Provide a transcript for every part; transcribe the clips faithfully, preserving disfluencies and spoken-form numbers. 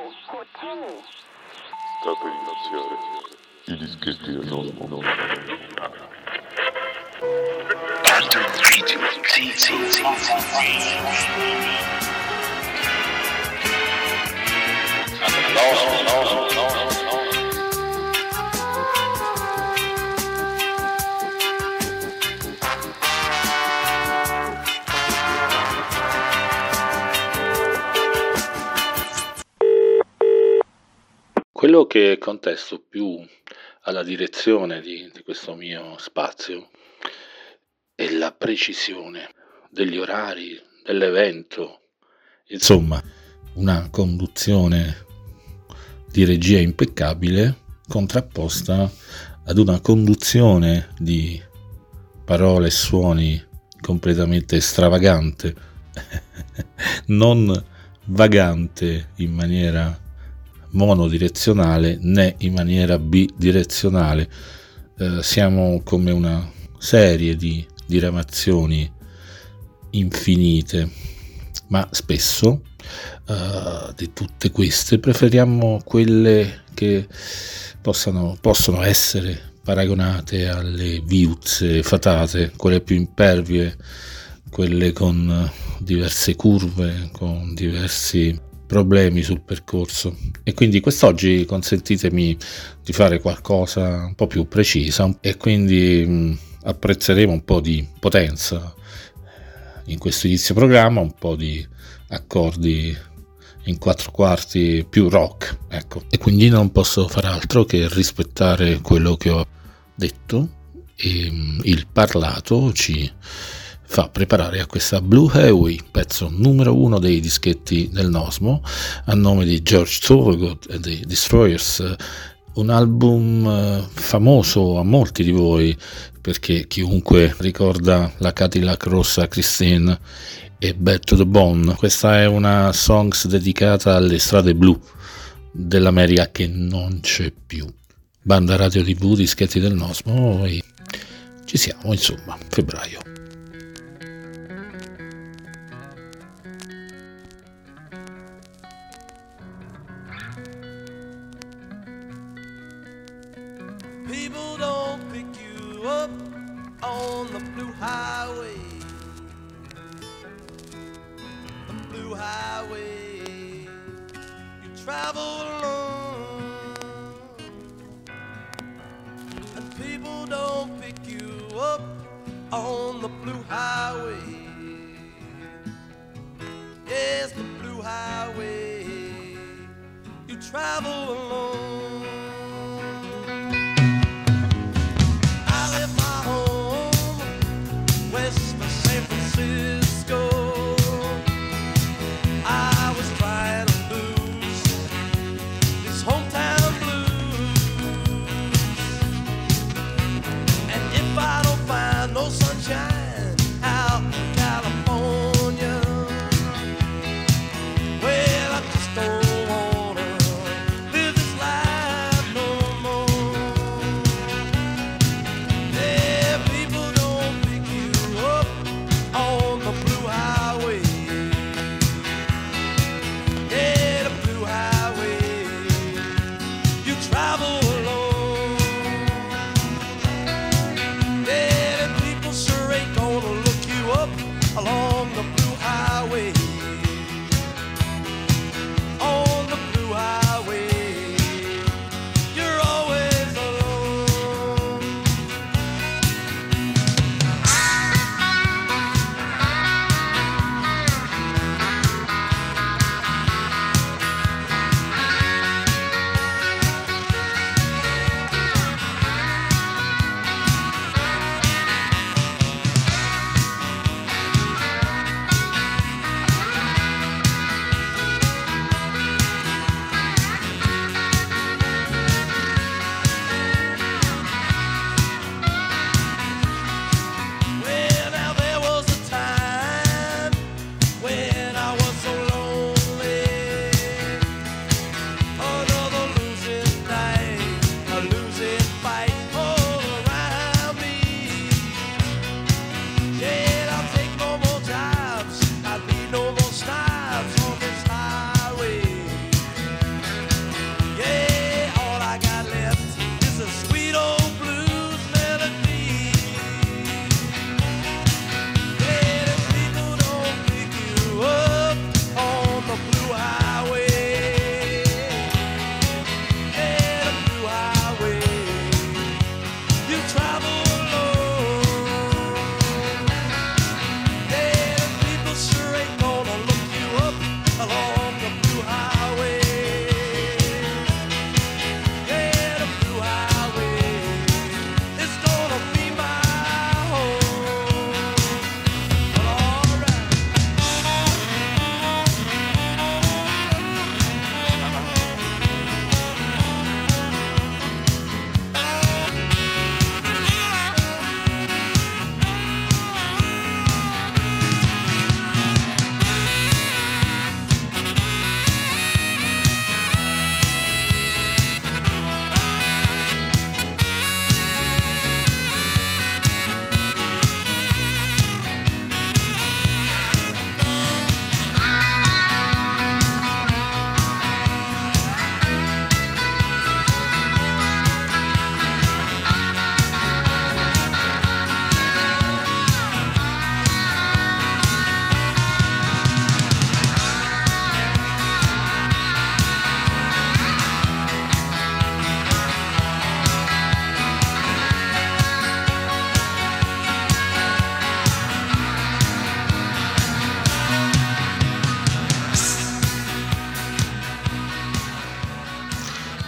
Sta per iniziare i dischetti del Nosmo. Quello che contesto più alla direzione di, di questo mio spazio è la precisione degli orari, dell'evento, insomma, una conduzione di regia impeccabile contrapposta ad una conduzione di parole e suoni completamente stravagante, non vagante in maniera monodirezionale né in maniera bidirezionale. Eh, siamo come una serie di diramazioni infinite, ma spesso eh, di tutte queste preferiamo quelle che possano, possono essere paragonate alle viuzze fatate, quelle più impervie, quelle con diverse curve, con diversi problemi sul percorso. E quindi quest'oggi consentitemi di fare qualcosa un po' più precisa e quindi mh, apprezzeremo un po' di potenza in questo inizio programma, un po' di accordi in quattro quarti più rock, ecco. E quindi non posso far altro che rispettare quello che ho detto e mh, il parlato ci fa preparare a questa Blue Highway, pezzo numero uno dei dischetti del Nosmo, a nome di George Thorogood e dei Destroyers, un album famoso a molti di voi, perché chiunque ricorda la Cadillac rossa Christine e Bad to the Bone. Questa è una songs dedicata alle strade blu dell'America che non c'è più. Banda Radio tivù, dischetti del Nosmo, e ci siamo, insomma, febbraio. People don't pick you up on the blue highway. The blue highway. You travel alone. And people don't pick you up on the blue highway. Yes, the blue highway. You travel alone. West of San Francisco, I was trying to lose this hometown blues. And if I don't find no sunshine out in California, well, I just don't wanna live this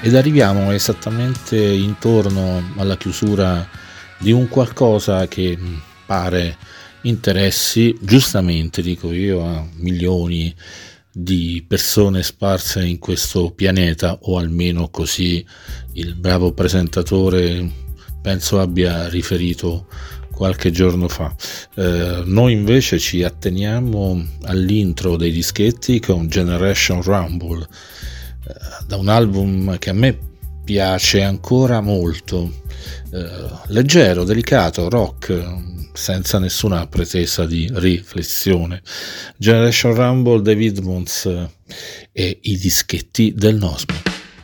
ed arriviamo esattamente intorno alla chiusura di un qualcosa che pare interessi, giustamente dico io, a milioni di persone sparse in questo pianeta, o almeno così il bravo presentatore penso abbia riferito qualche giorno fa. Eh, noi invece ci atteniamo all'intro dei dischetti con Generation Rumble, eh, da un album che a me piace ancora molto, eh, leggero, delicato, rock, senza nessuna pretesa di riflessione. Generation Rumble, David Moons e i dischetti del Nosmo.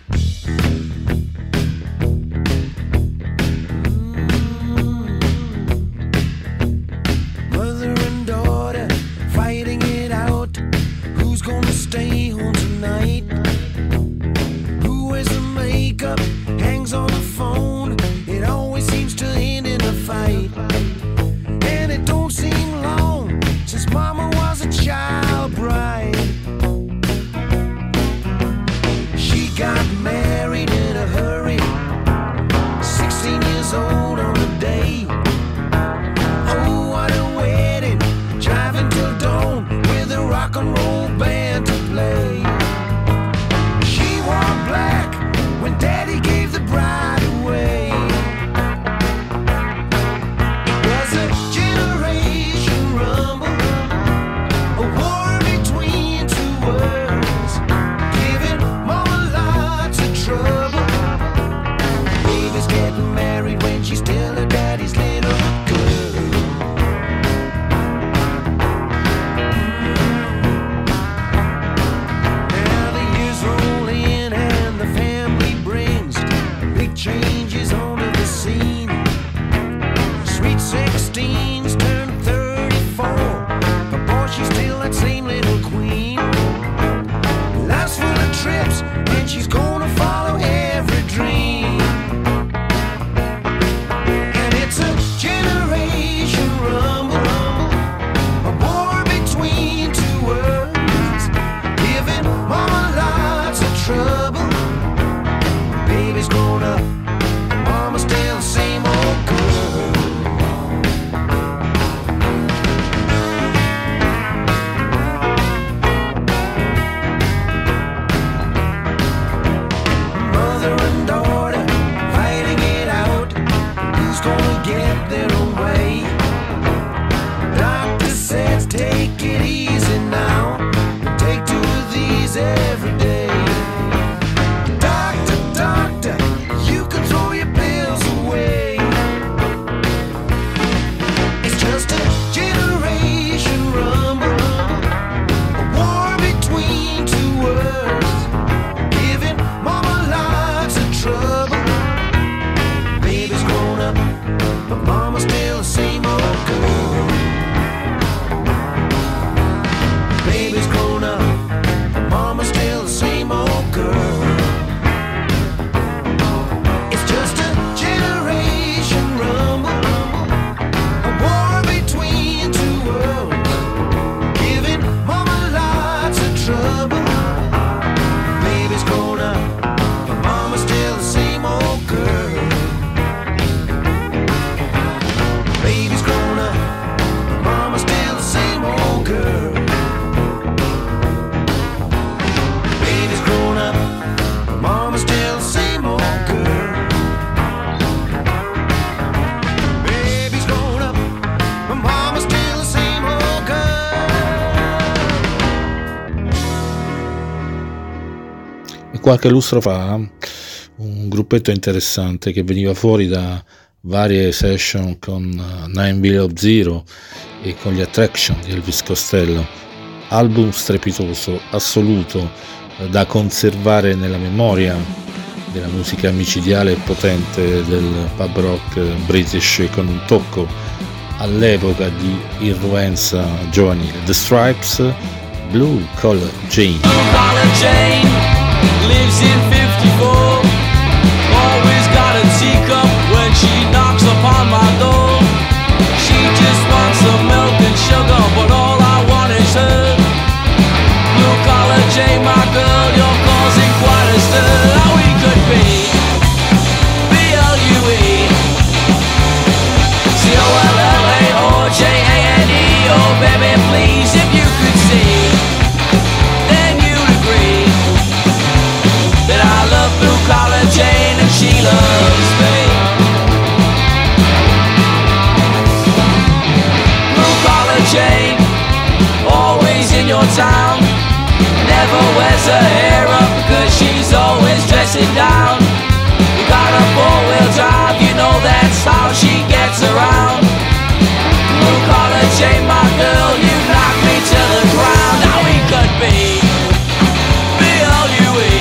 Qualche lustro fa un gruppetto interessante che veniva fuori da varie session con Nine Below Zero e con gli Attraction di Elvis Costello, album strepitoso, assoluto, da conservare nella memoria della musica micidiale e potente del pub rock british, con un tocco all'epoca di irruenza giovanile. The Stripes, Blue Collar Jane. Blue Collar Jane lives in fifty-four, always got a teacup when she knocks upon my door. She just wants some milk and sugar, but all I want is her. Blue Collar Jane, my girl, you're causing quite a stir. How we could be never wears her hair up because she's always dressing down. We got a four-wheel drive, you know that's how she gets around. Blue collar chain, my girl, you knock me to the ground. Now we could be B L U E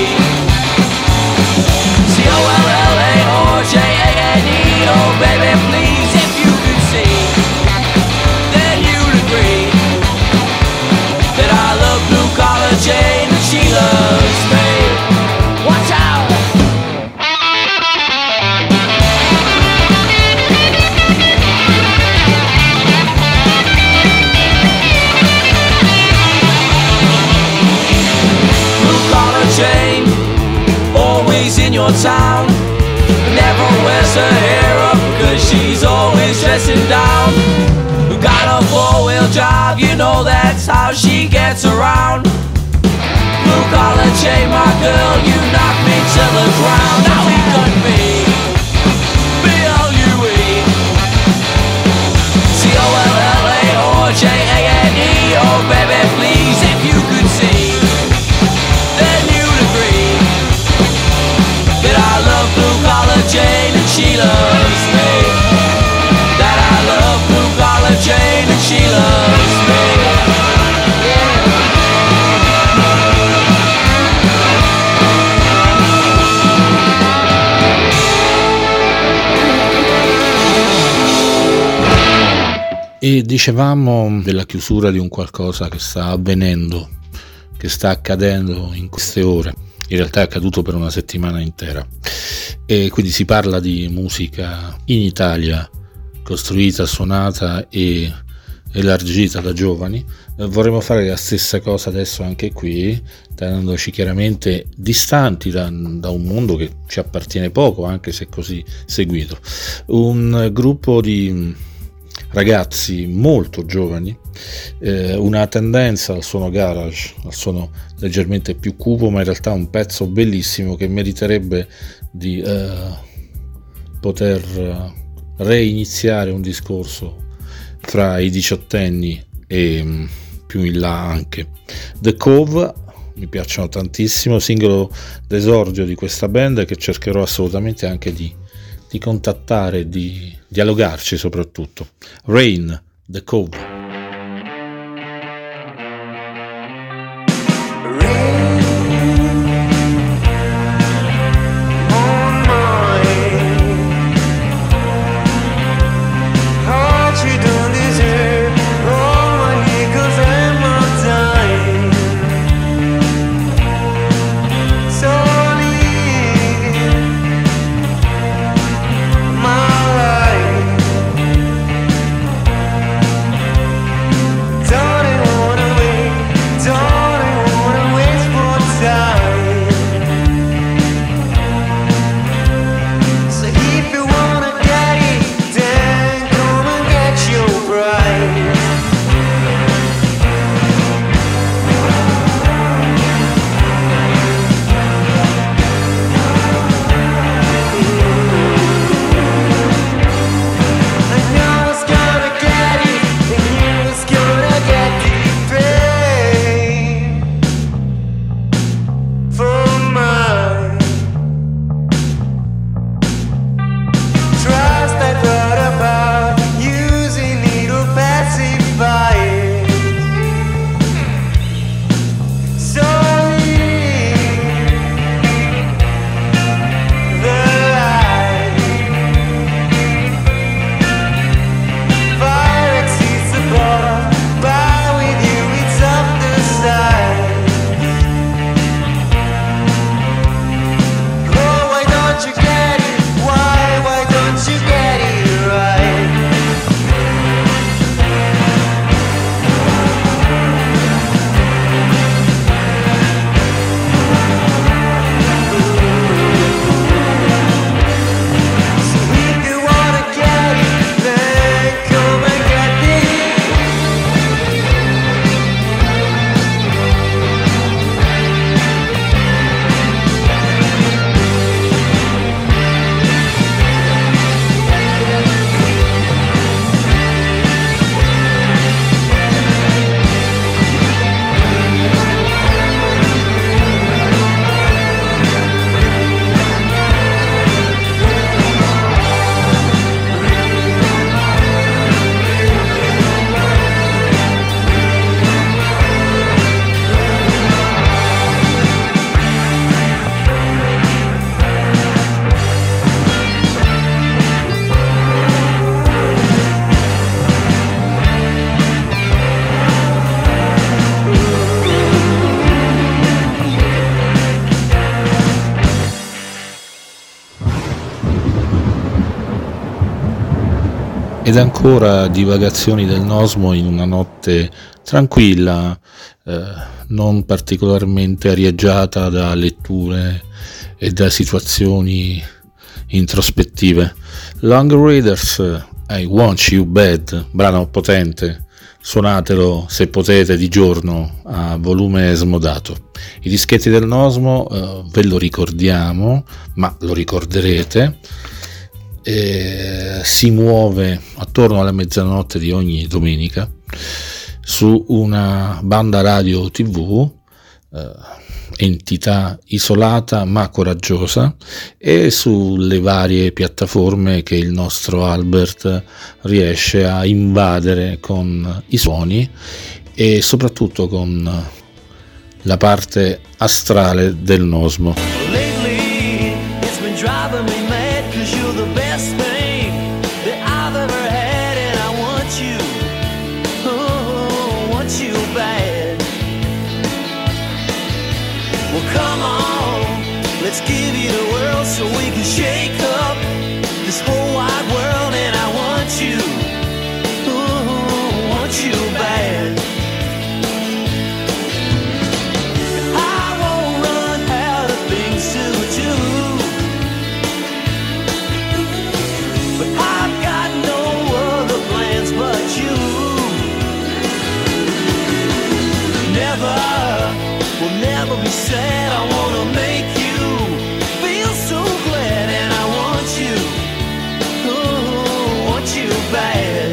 C O L L A or J A N E. Oh baby, please, if you could see, then you'd agree that I love blue collar Jane and she loves me. Watch out! Blue collar Jane, always in your town, never wears her hair up cause she's always dressing down. We got a four-wheel drive, you know that's how she gets around. Blue collar chain, my girl, you knock me to the ground. Now we could be B L U E C O L L A or J A N E. Oh baby, please, if you could see, then you'd agree that I love blue collar Jane and she loves me. That I love blue collar Jane and she loves me. E dicevamo della chiusura di un qualcosa che sta avvenendo, che sta accadendo in queste ore. In realtà è accaduto per una settimana intera. E quindi si parla di musica in Italia, costruita, suonata e elargita da giovani. Eh, vorremmo fare la stessa cosa adesso anche qui, tenendoci chiaramente distanti da, da un mondo che ci appartiene poco, anche se così seguito. Un gruppo di ragazzi molto giovani, eh, una tendenza al suono garage, al suono leggermente più cupo, ma in realtà un pezzo bellissimo che meriterebbe di eh, poter reiniziare un discorso fra i diciottenni e mh, più in là anche. The Cove mi piacciono tantissimo, singolo d'esordio di questa band che cercherò assolutamente anche di di contattare, di dialogarci soprattutto. Rain, The Cove. My life ed ancora divagazioni del Nosmo in una notte tranquilla, eh, non particolarmente arieggiata da letture e da situazioni introspettive. Long Raiders, I Want You Bad, brano potente, suonatelo se potete di giorno a volume smodato. I dischetti del Nosmo eh, ve lo ricordiamo, ma lo ricorderete, eh, si muove attorno alla mezzanotte di ogni domenica su una banda radio tivù, eh, entità isolata ma coraggiosa, e sulle varie piattaforme che il nostro Albert riesce a invadere con i suoni e soprattutto con la parte astrale del Nosmo. Lately, it's been driving me mad, 'cause you're the best thing that I've ever had, and I want you, oh, want you bad. Well, come on, let's give you the world so we can shake up this whole wide world, and I want you, oh, want you bad. Said I wanna make you feel so glad, and I want you, oh, want you bad.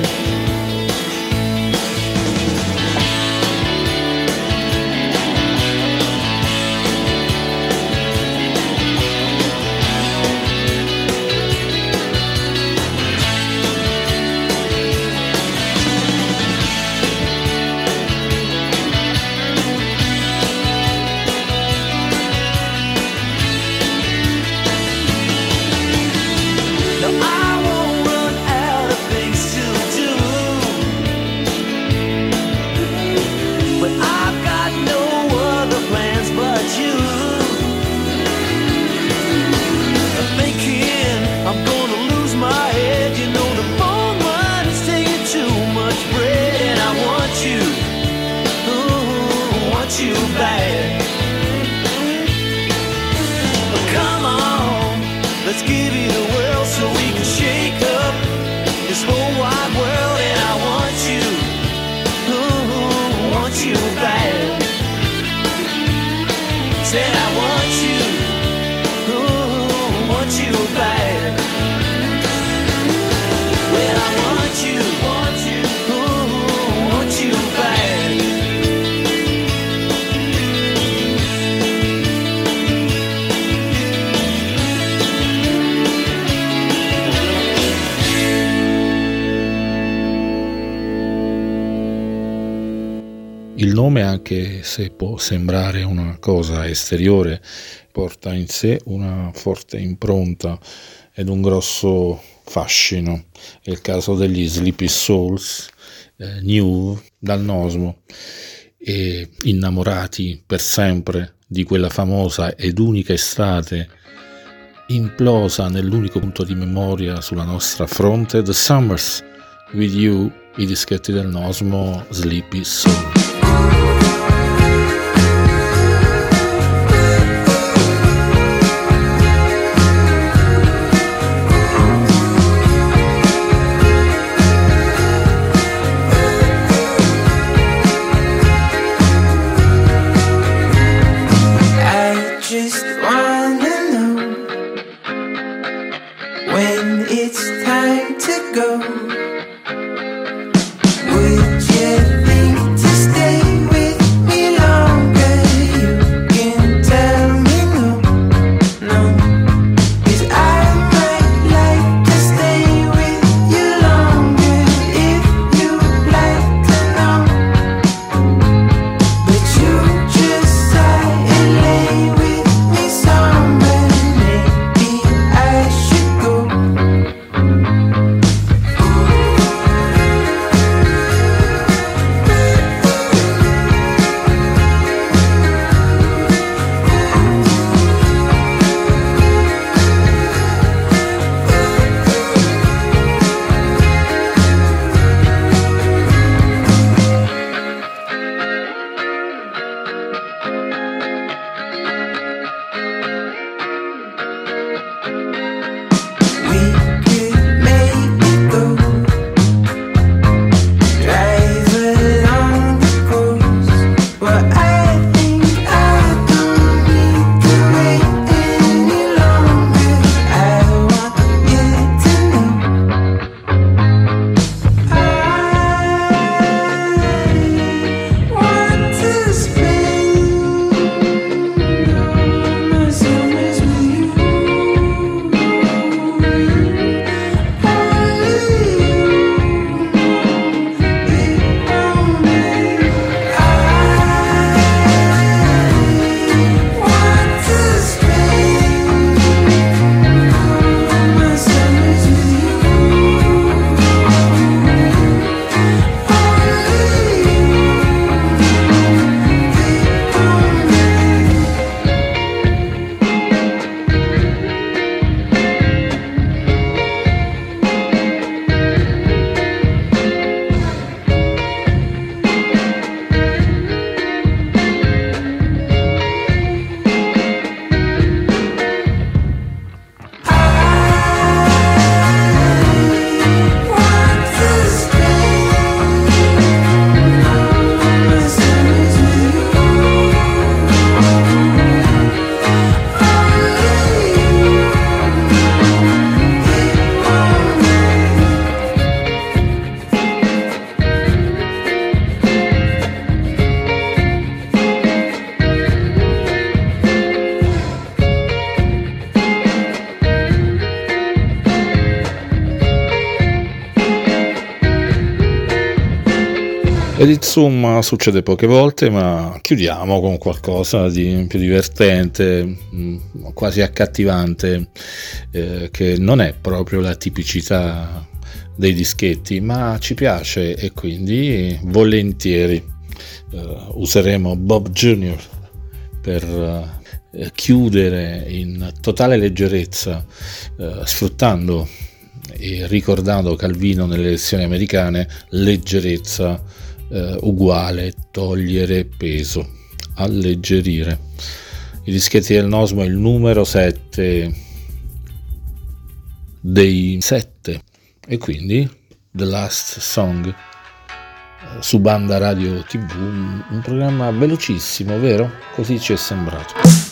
Il nome, anche se può sembrare una cosa esteriore, porta in sé una forte impronta ed un grosso fascino. È il caso degli Sleepy Souls, eh, new dal Nosmo, e innamorati per sempre di quella famosa ed unica estate implosa nell'unico punto di memoria sulla nostra fronte, The Summers With You, i dischetti del Nosmo, Sleepy Soul. Would you think to stay? Ed insomma succede poche volte, ma chiudiamo con qualcosa di più divertente, quasi accattivante, eh, che non è proprio la tipicità dei dischetti, ma ci piace e quindi volentieri uh, useremo Bob Junior per uh, chiudere in totale leggerezza, uh, sfruttando e ricordando Calvino nelle lezioni americane: leggerezza uh, uguale togliere peso, alleggerire. I dischetti del Nosmo è il numero sette dei sette. E quindi The Last Song su Banda Radio tivù, un programma velocissimo, vero? Così ci è sembrato.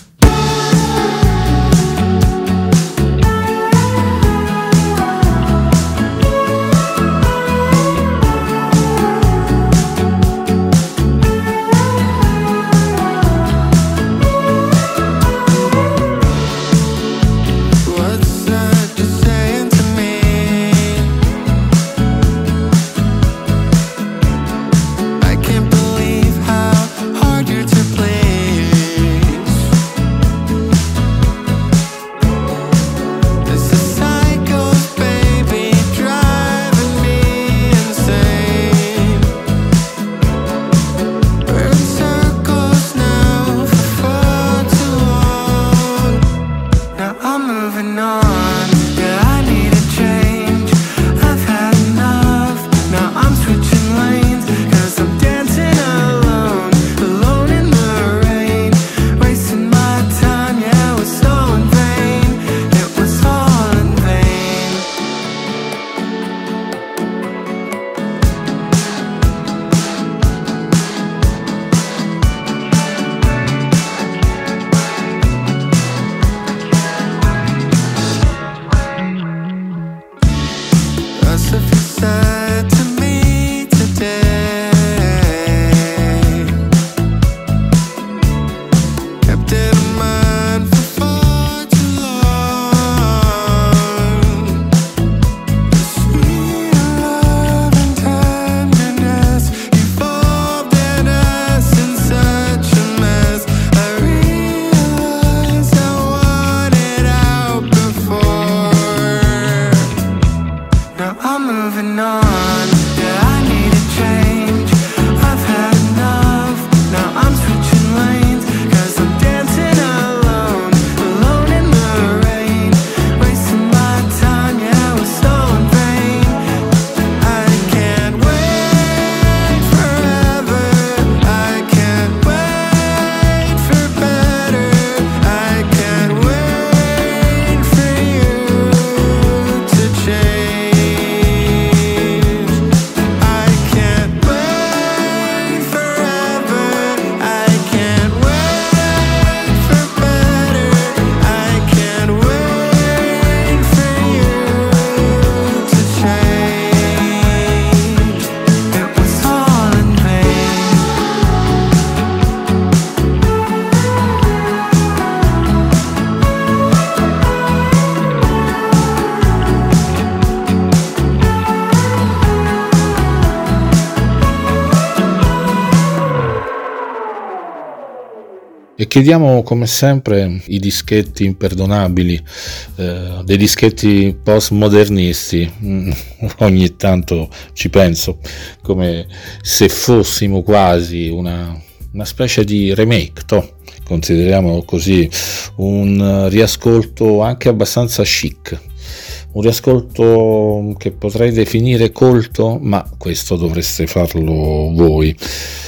E chiediamo come sempre i dischetti imperdonabili, eh, dei dischetti postmodernisti. Mm, ogni tanto ci penso, come se fossimo quasi una, una specie di remake, toh, consideriamolo così, un riascolto anche abbastanza chic, un riascolto che potrei definire colto, ma questo dovreste farlo voi.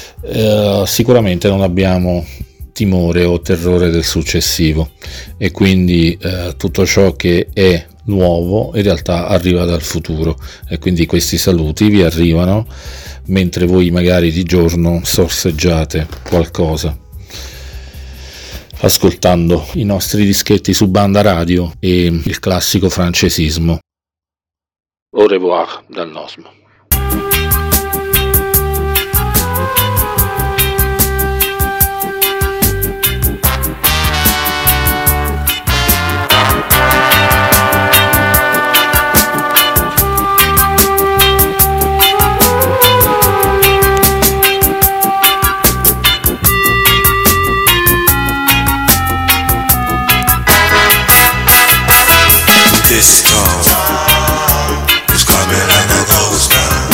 Eh, sicuramente non abbiamo timore o terrore del successivo e quindi eh, tutto ciò che è nuovo in realtà arriva dal futuro, e quindi questi saluti vi arrivano mentre voi magari di giorno sorseggiate qualcosa ascoltando i nostri dischetti su Banda Radio e il classico francesismo. Au revoir dal Nosmo. disco is coming like a ghost town.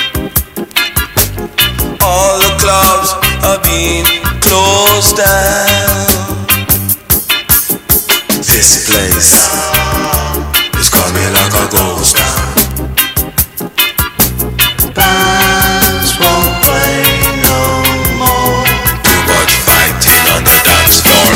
All the clubs are being closed down. This place is coming like a ghost town. Bands won't play no more. Too much fighting on the dance floor.